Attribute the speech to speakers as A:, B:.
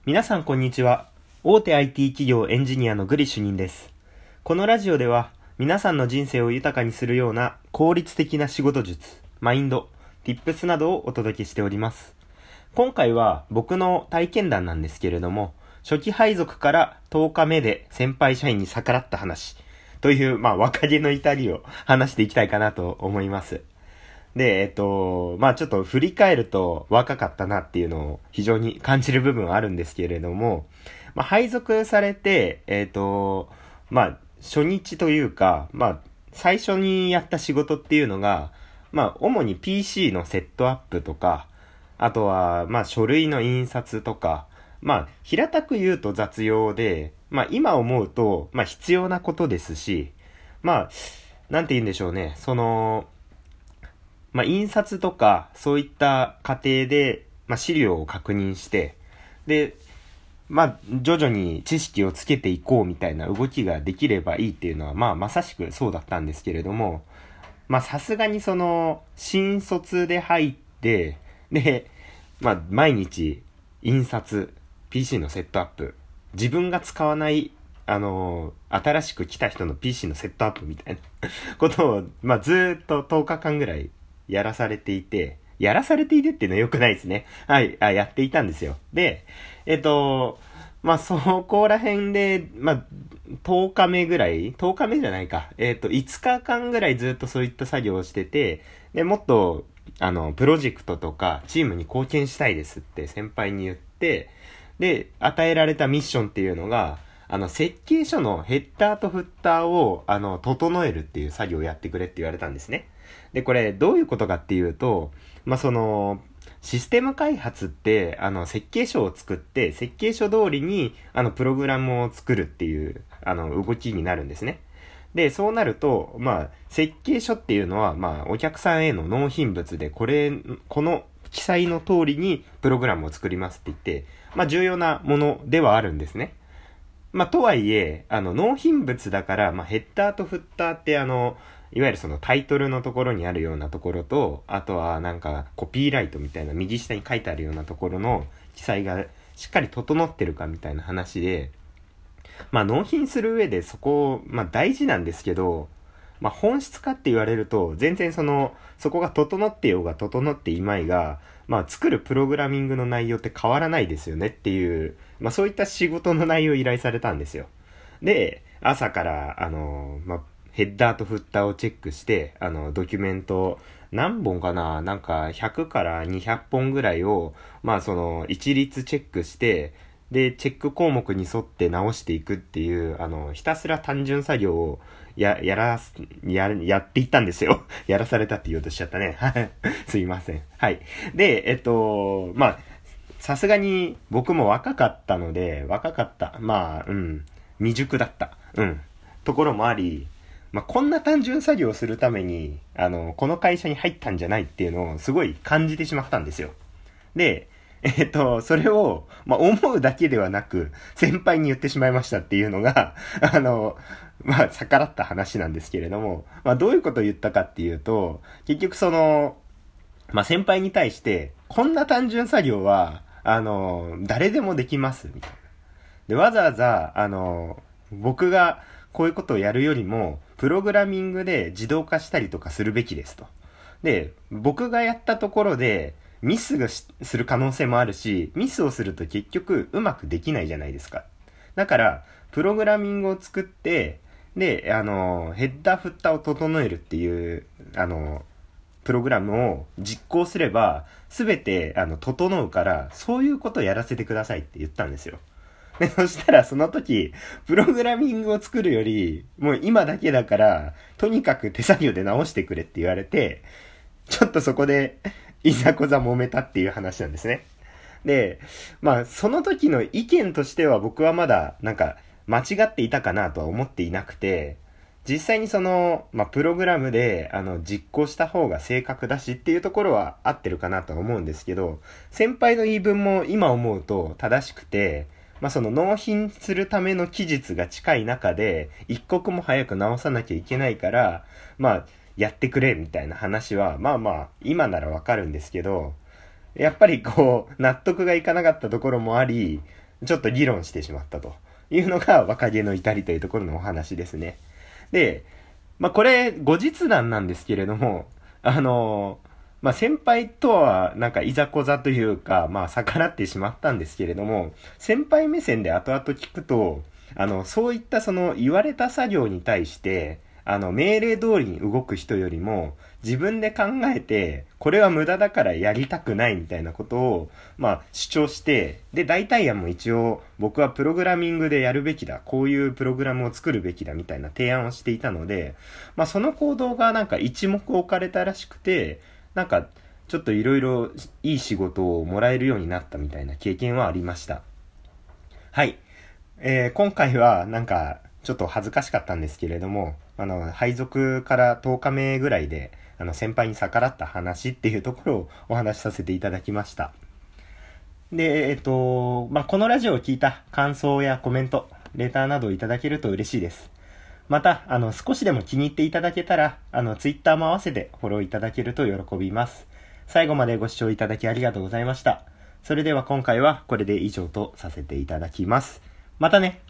A: 皆さんこんにちは。大手 IT 企業エンジニアのグリ主任です。このラジオでは皆さんの人生を豊かにするような効率的な仕事術、マインド、Tips などをお届けしております。今回は僕の体験談なんですけれども、初期配属から10日目で先輩社員に逆らった話という、若気の至りを話していきたいかなと思います。で、ちょっと振り返ると若かったなっていうのを非常に感じる部分はあるんですけれども、配属されて、初日というか、最初にやった仕事っていうのが、主に PC のセットアップとか、あとは、書類の印刷とか、平たく言うと雑用で、今思うと、必要なことですし、なんて言うんでしょうね、印刷とか、そういった過程で、資料を確認して、で、徐々に知識をつけていこうみたいな動きができればいいっていうのは、まさしくそうだったんですけれども、さすがに新卒で入って、で、毎日、印刷、PC のセットアップ、自分が使わない、新しく来た人の PC のセットアップみたいなことを、ずーっと10日間ぐらいやらされていてっていうのは良くないですね。はい、やっていたんですよ。で、そこら辺で、10日目ぐらい ?10 日目じゃないか。5日間ぐらいずっとそういった作業をしてて、で、もっと、プロジェクトとか、チームに貢献したいですって先輩に言って、で、与えられたミッションっていうのが、設計書のヘッダーとフッターを、整えるっていう作業をやってくれって言われたんですね。で、これ、どういうことかっていうと、システム開発って、設計書を作って、設計書通りに、プログラムを作るっていう、動きになるんですね。で、そうなると、設計書っていうのは、お客さんへの納品物で、この記載の通りに、プログラムを作りますって言って、重要なものではあるんですね。とはいえ、納品物だから、ヘッダーとフッターっていわゆるそのタイトルのところにあるようなところと、あとはコピーライトみたいな右下に書いてあるようなところの記載がしっかり整ってるかみたいな話で、納品する上でそこ、大事なんですけど、本質かって言われると、全然そこが整ってようが整っていまいが、作るプログラミングの内容って変わらないですよねっていう、そういった仕事の内容を依頼されたんですよ。で、朝から、ヘッダーとフッターをチェックして、ドキュメント、何本かな100から200本ぐらいを、一律チェックして、で、チェック項目に沿って直していくっていう、ひたすら単純作業をやっていったんですよ。やらされたって言おうとしちゃったね。すいません。はい。で、さすがに僕も若かったので、未熟だった。ところもあり、こんな単純作業をするために、この会社に入ったんじゃないっていうのをすごい感じてしまったんですよ。で、それを、思うだけではなく、先輩に言ってしまいましたっていうのが、逆らった話なんですけれども、どういうことを言ったかっていうと、結局先輩に対して、こんな単純作業は、誰でもできます、みたいな。で、わざわざ、僕がこういうことをやるよりも、プログラミングで自動化したりとかするべきですと。で、僕がやったところで、ミスがする可能性もあるし、ミスをすると結局うまくできないじゃないですか。だから、プログラミングを作って、で、ヘッダーフッターを整えるっていう、プログラムを実行すれば、すべて、整うから、そういうことをやらせてくださいって言ったんですよ。で、そしたらその時、プログラミングを作るより、もう今だけだから、とにかく手作業で直してくれって言われて、ちょっとそこで、いざこざ揉めたっていう話なんですね。で、その時の意見としては僕はまだ、間違っていたかなとは思っていなくて、実際にプログラムで、実行した方が正確だしっていうところは合ってるかなとは思うんですけど、先輩の言い分も今思うと正しくて、納品するための期日が近い中で、一刻も早く直さなきゃいけないから、やってくれみたいな話は、今ならわかるんですけど、やっぱり納得がいかなかったところもあり、 ちょっと議論してしまったというのが若気の至りというところのお話ですね。で、これ後日談なんですけれども、先輩とはなんかいざこざというか、逆らってしまったんですけれども、先輩目線で後々聞くと、そういったその言われた作業に対して、命令通りに動く人よりも、自分で考えて、これは無駄だからやりたくないみたいなことを、主張して、で、代替案も一応、僕はプログラミングでやるべきだ、こういうプログラムを作るべきだみたいな提案をしていたので、その行動がなんか一目置かれたらしくて、なんか、ちょっといろいろいい仕事をもらえるようになったみたいな経験はありました。はい。今回はなんか、ちょっと恥ずかしかったんですけれども、配属から10日目ぐらいで、先輩に逆らった話っていうところをお話しさせていただきました。で、このラジオを聞いた感想やコメント、レターなどをいただけると嬉しいです。また、少しでも気に入っていただけたら、ツイッターも合わせてフォローいただけると喜びます。最後までご視聴いただきありがとうございました。それでは今回はこれで以上とさせていただきます。またね。